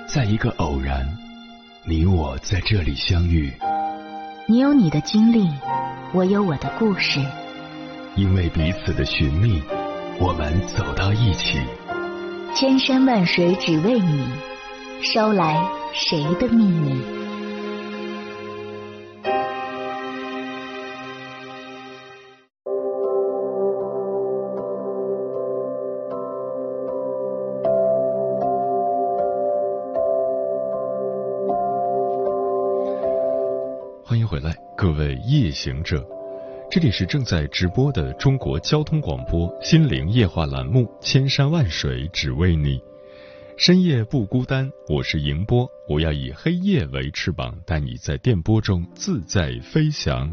在一个偶然，你我在这里相遇。 你有你的经历，我有我的故事。 因为彼此的寻觅，我们走到一起。 千山万水只为你，捎来谁的秘密？ 欢迎回来，各位夜行者，这里是正在直播的中国交通广播心灵夜话栏目《千山万水只为你》，深夜不孤单，我是迎波，我要以黑夜为翅膀，带你在电波中自在飞翔。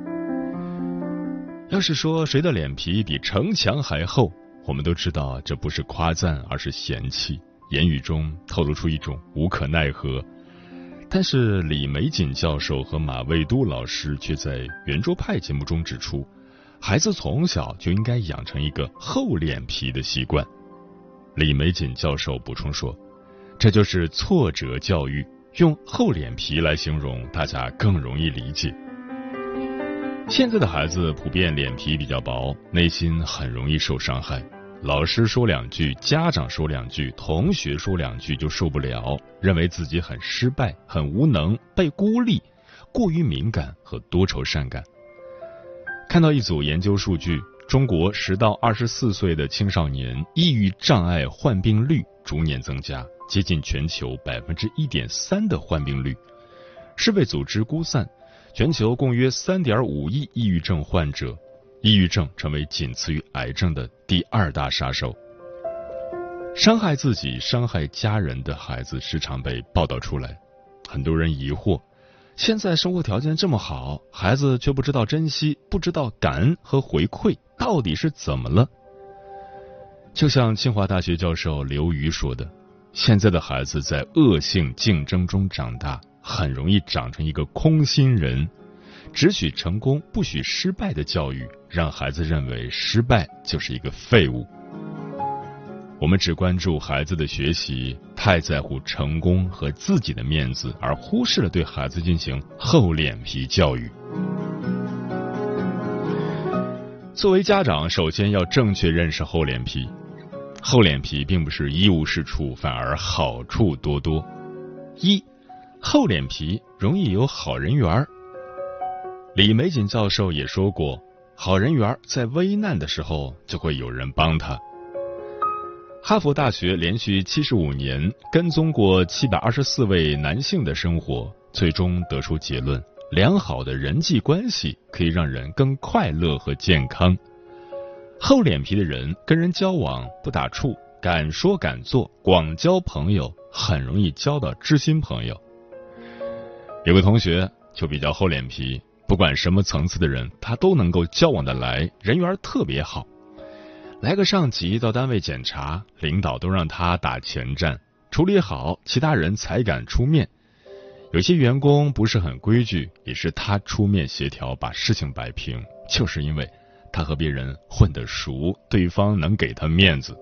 要是说谁的脸皮比城墙还厚，我们都知道这不是夸赞，而是嫌弃，言语中透露出一种无可奈何。但是李玫瑾教授和马未都老师却在圆桌派节目中指出，孩子从小就应该养成一个厚脸皮的习惯。李玫瑾教授补充说，这就是挫折教育，用厚脸皮来形容，大家更容易理解。现在的孩子普遍脸皮比较薄，内心很容易受伤害。老师说两句，家长说两句，同学说两句就受不了，认为自己很失败、很无能、被孤立，过于敏感和多愁善感。看到一组研究数据，中国10到24岁的青少年抑郁障碍患病率逐年增加，接近全球1.3%的患病率。世卫组织估算，全球共约3.5亿抑郁症患者。抑郁症成为仅次于癌症的第2大杀手。伤害自己、伤害家人的孩子时常被报道出来，很多人疑惑，现在生活条件这么好，孩子却不知道珍惜，不知道感恩和回馈，到底是怎么了？就像清华大学教授刘瑜说的，现在的孩子在恶性竞争中长大，很容易长成一个空心人，只许成功不许失败的教育，让孩子认为失败就是一个废物。我们只关注孩子的学习，太在乎成功和自己的面子，而忽视了对孩子进行厚脸皮教育。作为家长，首先要正确认识厚脸皮。厚脸皮并不是一无是处，反而好处多多。一，厚脸皮容易有好人缘。李玫瑾教授也说过，好人缘在危难的时候就会有人帮他。哈佛大学连续75年跟踪过724位男性的生活，最终得出结论，良好的人际关系可以让人更快乐和健康。厚脸皮的人跟人交往不打怵，敢说敢做，广交朋友，很容易交到知心朋友。有个同学就比较厚脸皮，不管什么层次的人，他都能够交往得来，人缘特别好。来个上级到单位检查，领导都让他打前站，处理好，其他人才敢出面。有些员工不是很规矩，也是他出面协调，把事情摆平，就是因为他和别人混得熟，对方能给他面子。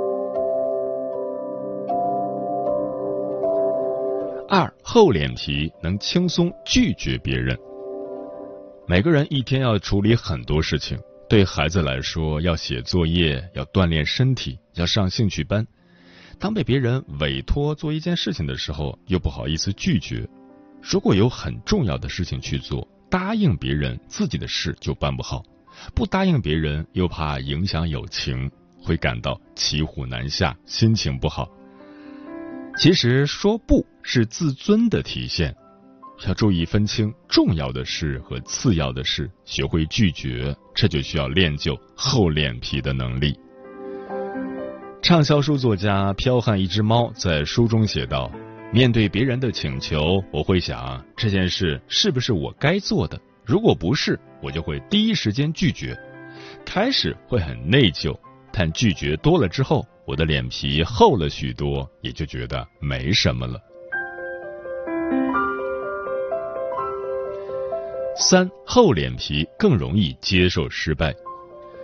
二，厚脸皮能轻松拒绝别人。每个人一天要处理很多事情，对孩子来说，要写作业，要锻炼身体，要上兴趣班。当被别人委托做一件事情的时候，又不好意思拒绝。如果有很重要的事情去做，答应别人，自己的事就办不好；不答应别人，又怕影响友情，会感到骑虎难下，心情不好。其实说不是自尊的体现。要注意分清重要的事和次要的事，学会拒绝，这就需要练就厚脸皮的能力。畅销书作家剽悍一只猫在书中写道，面对别人的请求，我会想这件事是不是我该做的，如果不是，我就会第一时间拒绝。开始会很内疚，但拒绝多了之后，我的脸皮厚了许多，也就觉得没什么了。三，厚脸皮更容易接受失败。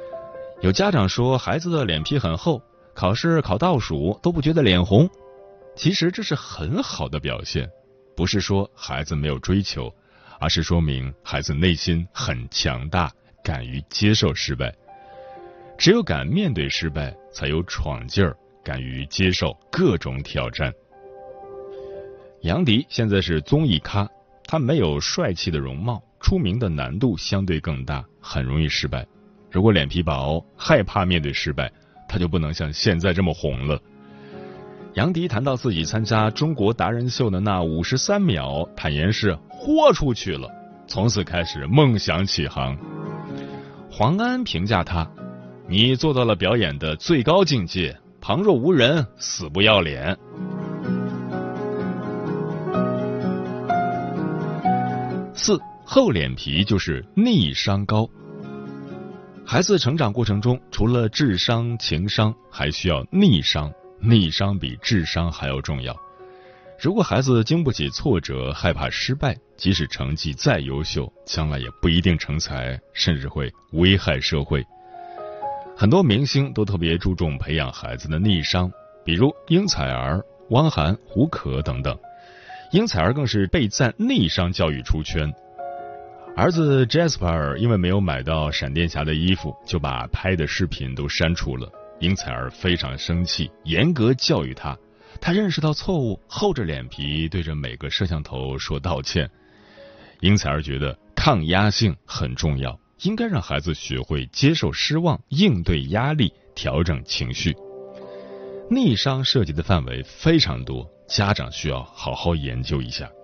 有家长说孩子的脸皮很厚，考试考倒数都不觉得脸红。 其实这是很好的表现，不是说孩子没有追求，而是说明孩子内心很强大，敢于接受失败。只有敢面对失败，才有闯劲儿，敢于接受各种挑战。杨迪现在是综艺咖，他没有帅气的容貌，出名的难度相对更大，很容易失败。如果脸皮薄，害怕面对失败，他就不能像现在这么红了。杨迪谈到自己参加中国达人秀的那53秒，坦言是豁出去了，从此开始梦想起航。黄安评价他：你做到了表演的最高境界，旁若无人，死不要脸。4. 厚脸皮就是逆商高。孩子成长过程中，除了智商、情商，还需要逆商。逆商比智商还要重要。如果孩子经不起挫折，害怕失败，即使成绩再优秀，将来也不一定成才，甚至会危害社会。很多明星都特别注重培养孩子的逆商，比如应采儿、汪涵、胡可等等。应采儿更是被赞逆商教育出圈。儿子 Jasper 因为没有买到闪电侠的衣服，就把拍的视频都删除了。应采儿非常生气，严格教育他。他认识到错误，厚着脸皮对着每个摄像头说道歉。应采儿觉得抗压性很重要，应该让孩子学会接受失望，应对压力，调整情绪。逆商涉及的范围非常多，家长需要好好研究一下。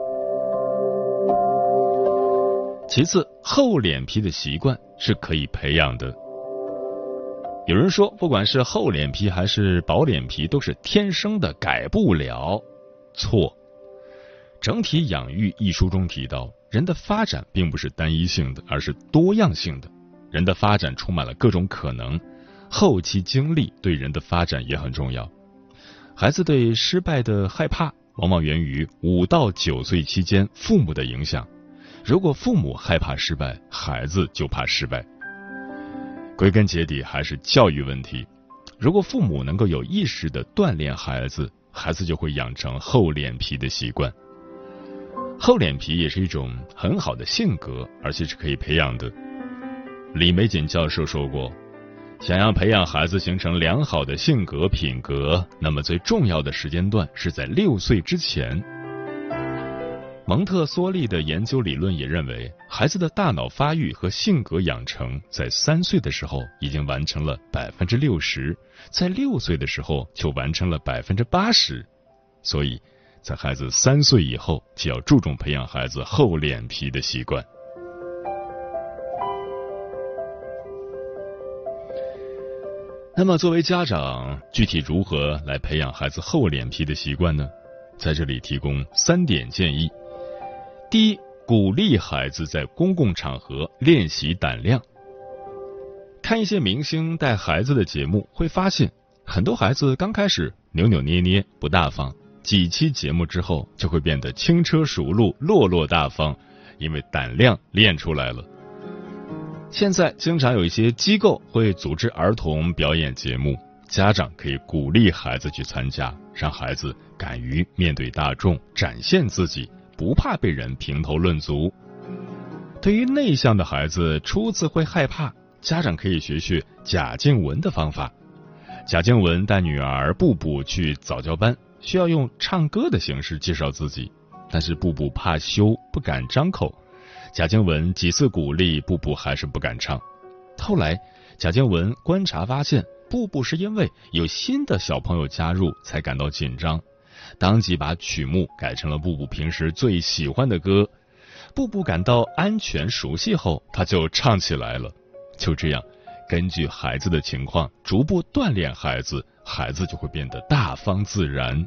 其次，厚脸皮的习惯是可以培养的。有人说，不管是厚脸皮还是薄脸皮，都是天生的，改不了。错。整体养育一书中提到，人的发展并不是单一性的，而是多样性的。人的发展充满了各种可能，后期经历对人的发展也很重要。孩子对失败的害怕，往往源于5到9岁期间父母的影响。如果父母害怕失败，孩子就怕失败。归根结底还是教育问题。如果父母能够有意识地锻炼孩子，孩子就会养成厚脸皮的习惯。厚脸皮也是一种很好的性格，而且是可以培养的。李玫瑾教授说过，想要培养孩子形成良好的性格品格，那么最重要的时间段是在6岁之前。蒙特梭利的研究理论也认为，孩子的大脑发育和性格养成在3岁的时候已经完成了60%，在6岁的时候就完成了80%。所以，在孩子3岁以后，就要注重培养孩子厚脸皮的习惯。那么，作为家长，具体如何来培养孩子厚脸皮的习惯呢？在这里提供3点建议。第一，鼓励孩子在公共场合练习胆量。看一些明星带孩子的节目，会发现很多孩子刚开始扭扭捏捏不大方，几期节目之后就会变得轻车熟路落落大方，因为胆量练出来了。现在经常有一些机构会组织儿童表演节目，家长可以鼓励孩子去参加，让孩子敢于面对大众，展现自己，不怕被人评头论足。对于内向的孩子，初次会害怕，家长可以学学贾静雯的方法。贾静雯带女儿布布去早教班，需要用唱歌的形式介绍自己，但是布布怕羞，不敢张口。贾静雯几次鼓励，布布还是不敢唱。后来贾静雯观察发现，布布是因为有新的小朋友加入才感到紧张，当即把曲目改成了布布平时最喜欢的歌。布布感到安全熟悉后，他就唱起来了。就这样，根据孩子的情况逐步锻炼孩子，孩子就会变得大方自然。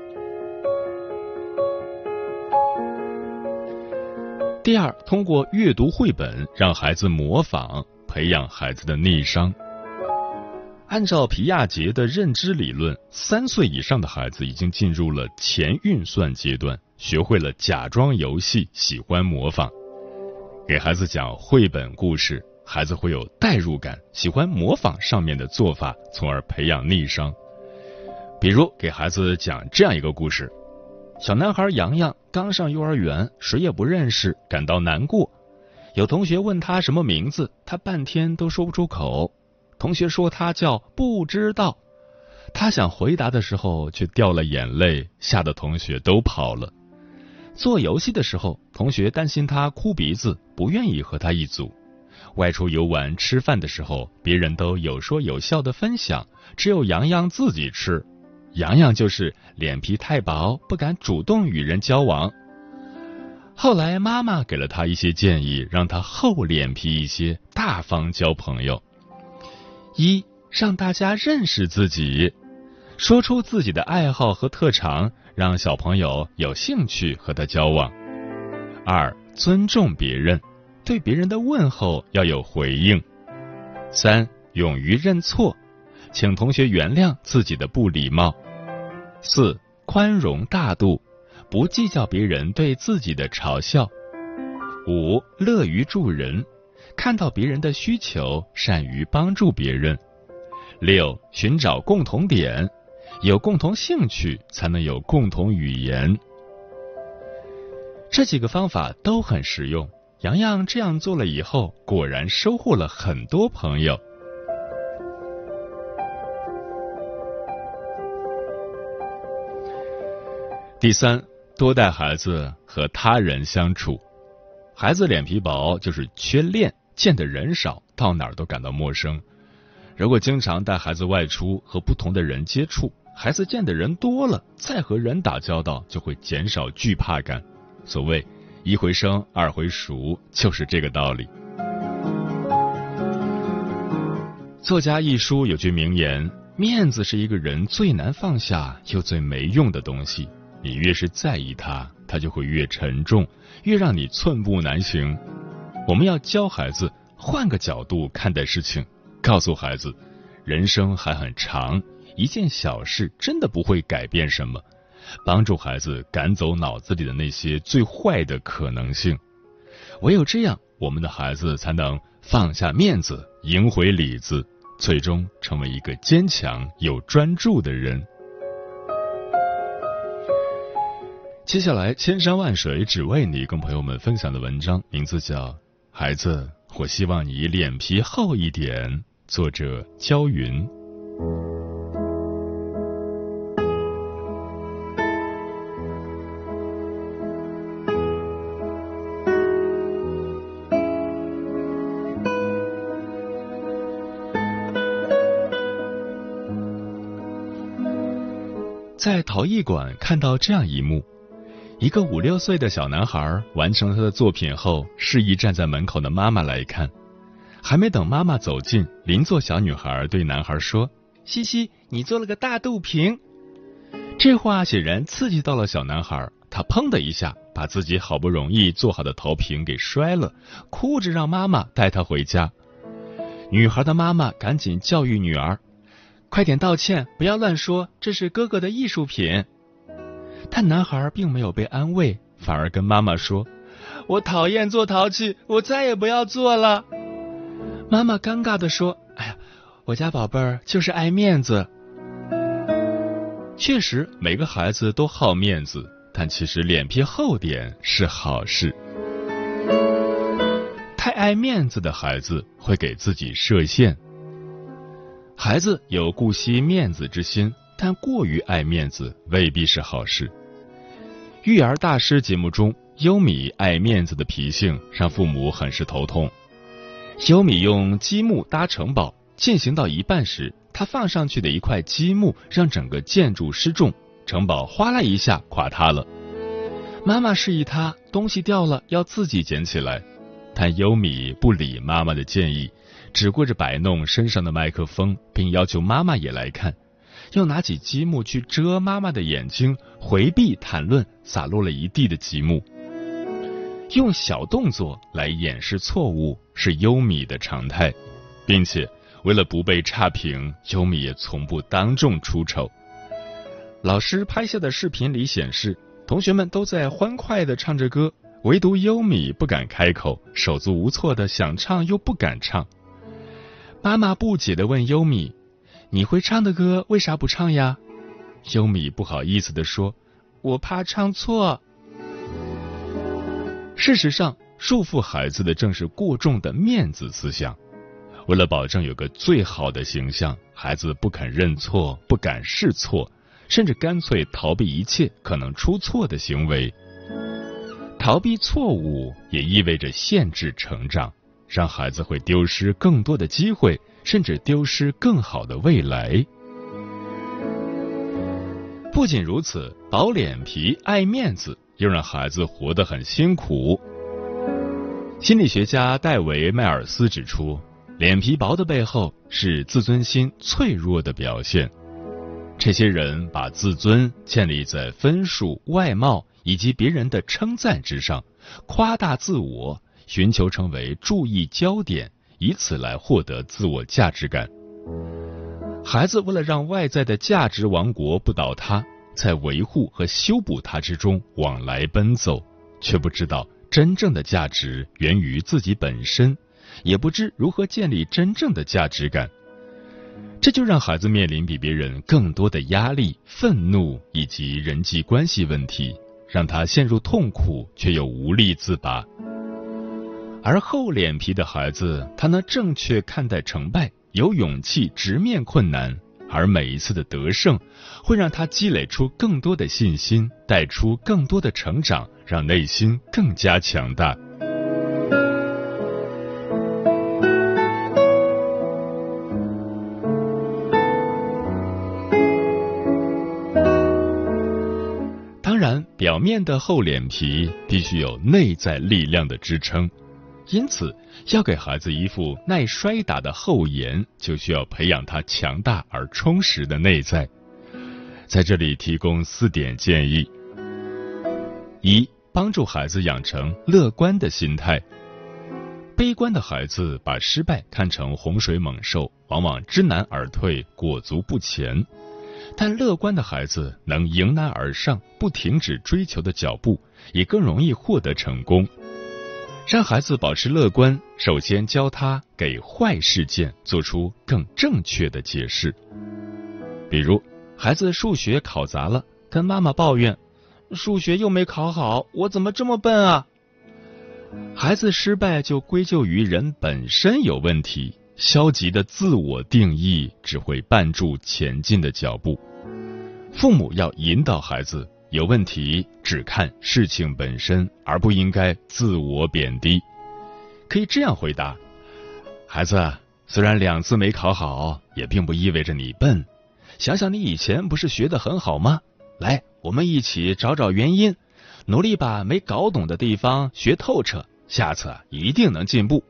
第二，通过阅读绘本让孩子模仿，培养孩子的逆商。按照皮亚杰的认知理论，3岁以上的孩子已经进入了前运算阶段，学会了假装游戏，喜欢模仿。给孩子讲绘本故事，孩子会有代入感，喜欢模仿上面的做法，从而培养逆商。 比如给孩子讲这样一个故事：小男孩洋洋刚上幼儿园，谁也不认识，感到难过。有同学问他什么名字，他半天都说不出口。同学说他叫不知道，他想回答的时候却掉了眼泪，吓得同学都跑了。做游戏的时候，同学担心他哭鼻子，不愿意和他一组。外出游玩吃饭的时候，别人都有说有笑的分享，只有洋洋自己吃。洋洋就是脸皮太薄，不敢主动与人交往。后来妈妈给了他一些建议，让他厚脸皮一些，大方交朋友。一，让大家认识自己，说出自己的爱好和特长，让小朋友有兴趣和他交往。二，尊重别人，对别人的问候要有回应。三，勇于认错，请同学原谅自己的不礼貌。四，宽容大度，不计较别人对自己的嘲笑。五，乐于助人，看到别人的需求，善于帮助别人。六，寻找共同点，有共同兴趣才能有共同语言。这几个方法都很实用，洋洋这样做了以后，果然收获了很多朋友。第三，多带孩子和他人相处。孩子脸皮薄，就是缺练，见的人少，到哪儿都感到陌生。如果经常带孩子外出，和不同的人接触，孩子见的人多了，再和人打交道就会减少惧怕感。所谓一回生，二回熟，就是这个道理。作家一书有句名言：面子是一个人最难放下又最没用的东西，你越是在意它，它就会越沉重，越让你寸步难行。我们要教孩子换个角度看待事情，告诉孩子人生还很长，一件小事真的不会改变什么，帮助孩子赶走脑子里的那些最坏的可能性。唯有这样，我们的孩子才能放下面子，赢回里子，最终成为一个坚强又专注的人。接下来千山万水只为你跟朋友们分享的文章名字叫《孩子，我希望你脸皮厚一点》，作者焦云。在陶艺馆看到这样一幕，一个5、6岁的小男孩完成了他的作品后，示意站在门口的妈妈来看。还没等妈妈走近，邻座小女孩对男孩说：“西西，你做了个大肚皮。”这话显然刺激到了小男孩，他砰的一下把自己好不容易做好的陶瓶给摔了，哭着让妈妈带他回家。女孩的妈妈赶紧教育女儿：“快点道歉，不要乱说，这是哥哥的艺术品。”但男孩并没有被安慰，反而跟妈妈说：“我讨厌做陶器，我再也不要做了。”妈妈尴尬地说：“哎呀，我家宝贝儿就是爱面子。”确实，每个孩子都好面子，但其实脸皮厚点是好事。太爱面子的孩子会给自己设限。孩子有顾惜面子之心，但过于爱面子未必是好事。育儿大师节目中，优米爱面子的脾性让父母很是头痛。优米用积木搭城堡，进行到一半时，他放上去的一块积木让整个建筑失重，城堡哗啦一下垮塌了。妈妈示意他东西掉了要自己捡起来，但优米不理妈妈的建议，只顾着摆弄身上的麦克风，并要求妈妈也来看，又拿起积木去遮妈妈的眼睛，回避谈论洒落了一地的积木。用小动作来掩饰错误是优米的常态，并且为了不被差评，优米也从不当众出丑。老师拍下的视频里显示，同学们都在欢快地唱着歌，唯独优米不敢开口，手足无措的想唱又不敢唱。妈妈不解地问优米：“你会唱的歌为啥不唱呀？” 优米不好意思地说：“我怕唱错。”事实上，束缚孩子的正是过重的面子思想。为了保证有个最好的形象，孩子不肯认错，不敢试错，甚至干脆逃避一切可能出错的行为。逃避错误也意味着限制成长，让孩子会丢失更多的机会，甚至丢失更好的未来。不仅如此，薄脸皮、爱面子又让孩子活得很辛苦。心理学家戴维·迈尔斯指出，脸皮薄的背后是自尊心脆弱的表现。这些人把自尊建立在分数、外貌以及别人的称赞之上，夸大自我，寻求成为注意焦点，以此来获得自我价值感。孩子为了让外在的价值王国不倒塌，在维护和修补它之中往来奔走，却不知道真正的价值源于自己本身，也不知如何建立真正的价值感。这就让孩子面临比别人更多的压力、愤怒以及人际关系问题，让他陷入痛苦却又无力自拔。而厚脸皮的孩子，他能正确看待成败，有勇气直面困难，而每一次的得胜会让他积累出更多的信心，带出更多的成长，让内心更加强大。当然，表面的厚脸皮必须有内在力量的支撑。因此，要给孩子一副耐摔打的厚颜，就需要培养他强大而充实的内在。在这里提供4点建议： 1. 帮助孩子养成乐观的心态。悲观的孩子把失败看成洪水猛兽，往往知难而退，裹足不前。但乐观的孩子能迎难而上，不停止追求的脚步，也更容易获得成功。让孩子保持乐观，首先教他给坏事件做出更正确的解释。比如，孩子数学考砸了，跟妈妈抱怨：“数学又没考好，我怎么这么笨啊？”孩子失败就归咎于人本身有问题，消极的自我定义只会绊住前进的脚步。父母要引导孩子，有问题只看事情本身，而不应该自我贬低。可以这样回答：孩子，虽然2次没考好，也并不意味着你笨。想想你以前不是学得很好吗？来，我们一起找找原因，努力把没搞懂的地方学透彻，下次一定能进步。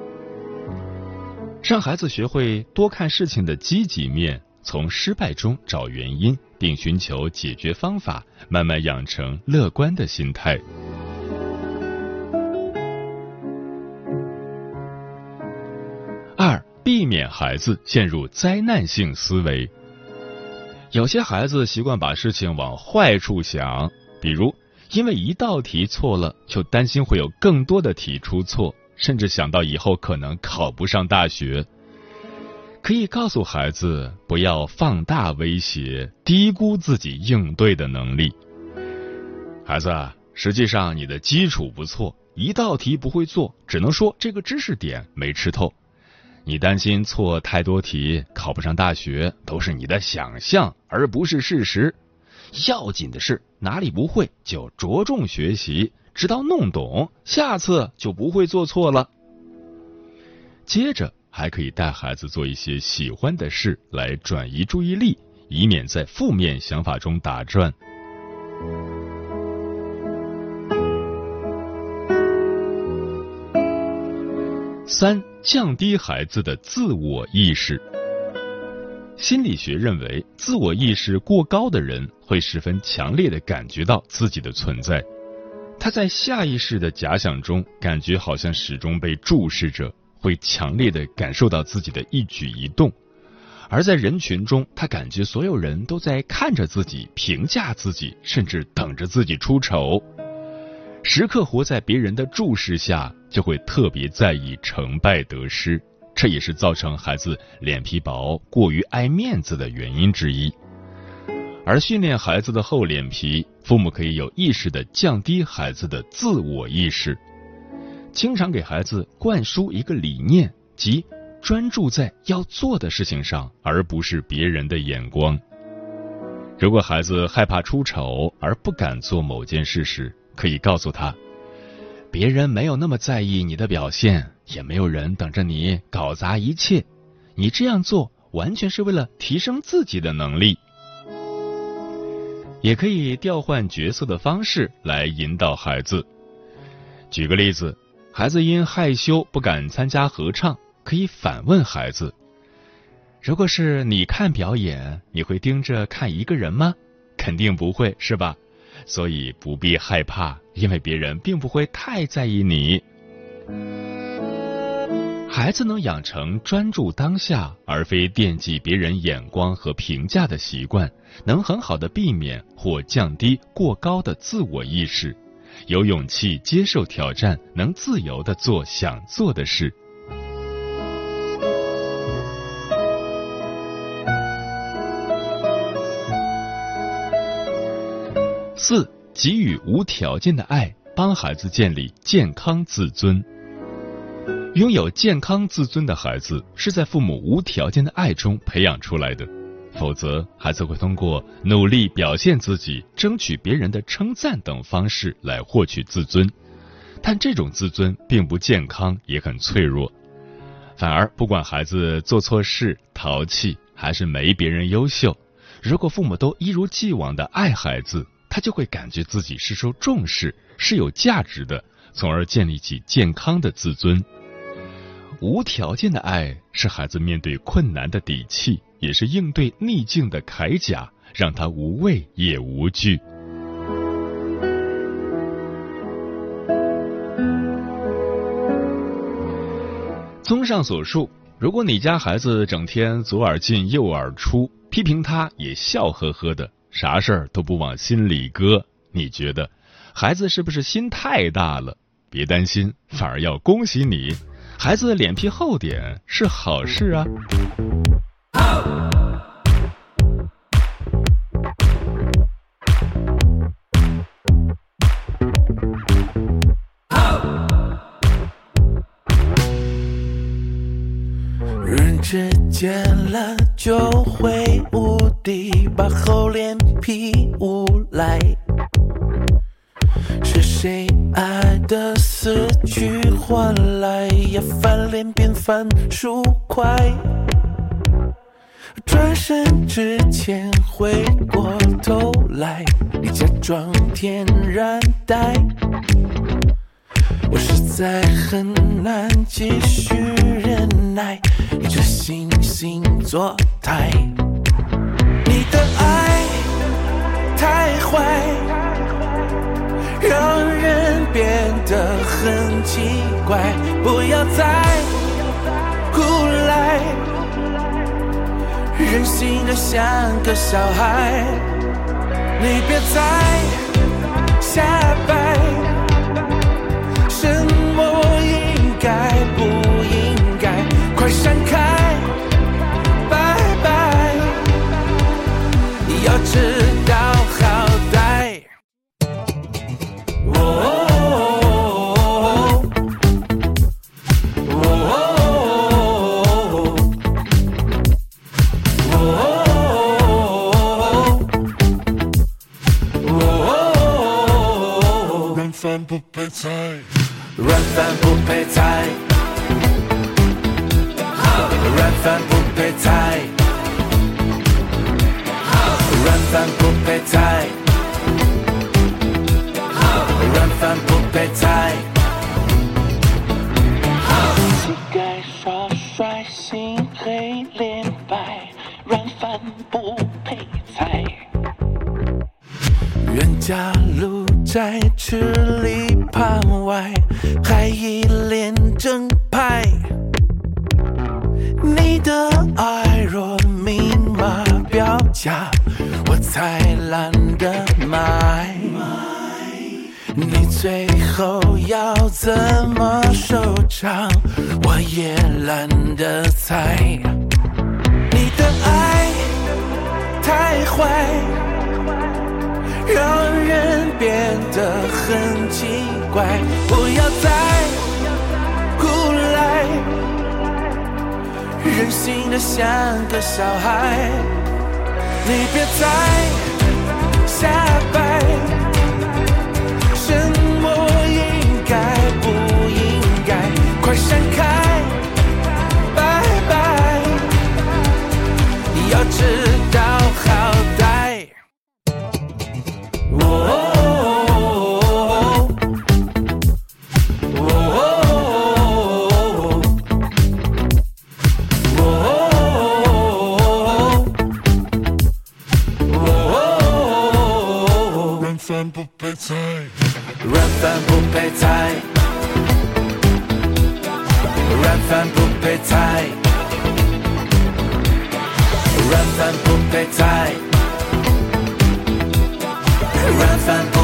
让孩子学会多看事情的积极面，从失败中找原因，并寻求解决方法，慢慢养成乐观的心态。2. 避免孩子陷入灾难性思维。有些孩子习惯把事情往坏处想，比如因为一道题错了，就担心会有更多的题出错，甚至想到以后可能考不上大学。可以告诉孩子，不要放大威胁，低估自己应对的能力。孩子，实际上你的基础不错，一道题不会做，只能说这个知识点没吃透。你担心错太多题，考不上大学，都是你的想象，而不是事实。要紧的是，哪里不会就着重学习，直到弄懂，下次就不会做错了。接着还可以带孩子做一些喜欢的事来转移注意力，以免在负面想法中打转。3. 降低孩子的自我意识。心理学认为，自我意识过高的人会十分强烈地感觉到自己的存在。他在下意识的假想中，感觉好像始终被注视着，会强烈地感受到自己的一举一动。而在人群中，他感觉所有人都在看着自己，评价自己，甚至等着自己出丑。时刻活在别人的注视下，就会特别在意成败得失，这也是造成孩子脸皮薄、过于爱面子的原因之一。 而训练孩子的厚脸皮，父母可以有意识地降低孩子的自我意识。经常给孩子灌输一个理念，即专注在要做的事情上，而不是别人的眼光。如果孩子害怕出丑而不敢做某件事时，可以告诉他，别人没有那么在意你的表现，也没有人等着你搞砸一切，你这样做完全是为了提升自己的能力。也可以调换角色的方式来引导孩子。举个例子，孩子因害羞不敢参加合唱，可以反问孩子，如果是你看表演，你会盯着看一个人吗？肯定不会，是吧？所以不必害怕，因为别人并不会太在意你。孩子能养成专注当下，而非惦记别人眼光和评价的习惯，能很好的避免或降低过高的自我意识，有勇气接受挑战，能自由地做想做的事。4. 给予无条件的爱，帮孩子建立健康自尊。拥有健康自尊的孩子是在父母无条件的爱中培养出来的，否则孩子会通过努力表现自己、争取别人的称赞等方式来获取自尊，但这种自尊并不健康，也很脆弱。反而不管孩子做错事、淘气还是没别人优秀，如果父母都一如既往的爱孩子，他就会感觉自己是受重视，是有价值的，从而建立起健康的自尊。无条件的爱是孩子面对困难的底气，也是应对逆境的铠甲，让他无畏也无惧。综上所述，如果你家孩子整天左耳进右耳出，批评他也笑呵呵的，啥事儿都不往心里搁，你觉得孩子是不是心太大了？别担心，反而要恭喜你，孩子的脸皮厚点是好事啊。 人之间了就会无敌，把厚脸皮无赖，是谁爱的死去活来，也翻脸变翻书快，转身之前回过头来，你假装天然呆，我实在很难继续忍耐你这惺惺作态，你的爱太坏，让人变得很奇怪，不要再胡来，任性的像个小孩，你别再瞎掰，什么应该不应该，快闪开，拜拜，要知道好歹。软饭不配菜，软饭不配菜，软饭不配菜，软饭不配菜，软饭不配菜，膝盖耍帅，心黑脸白，软饭不配菜，冤家路窄，吃里扒外，还一脸正派，你的爱若明码标价，我才懒得买，你最后要怎么收场，我也懒得猜，你的爱太坏， 让人变得很奇怪。不要再胡来，任性的像个小孩。你别再瞎掰，什么应该不应该，快闪开，拜拜，要知道好歹。 软饭不配菜， 软饭不配菜，软饭不配菜，软饭不配菜，软饭不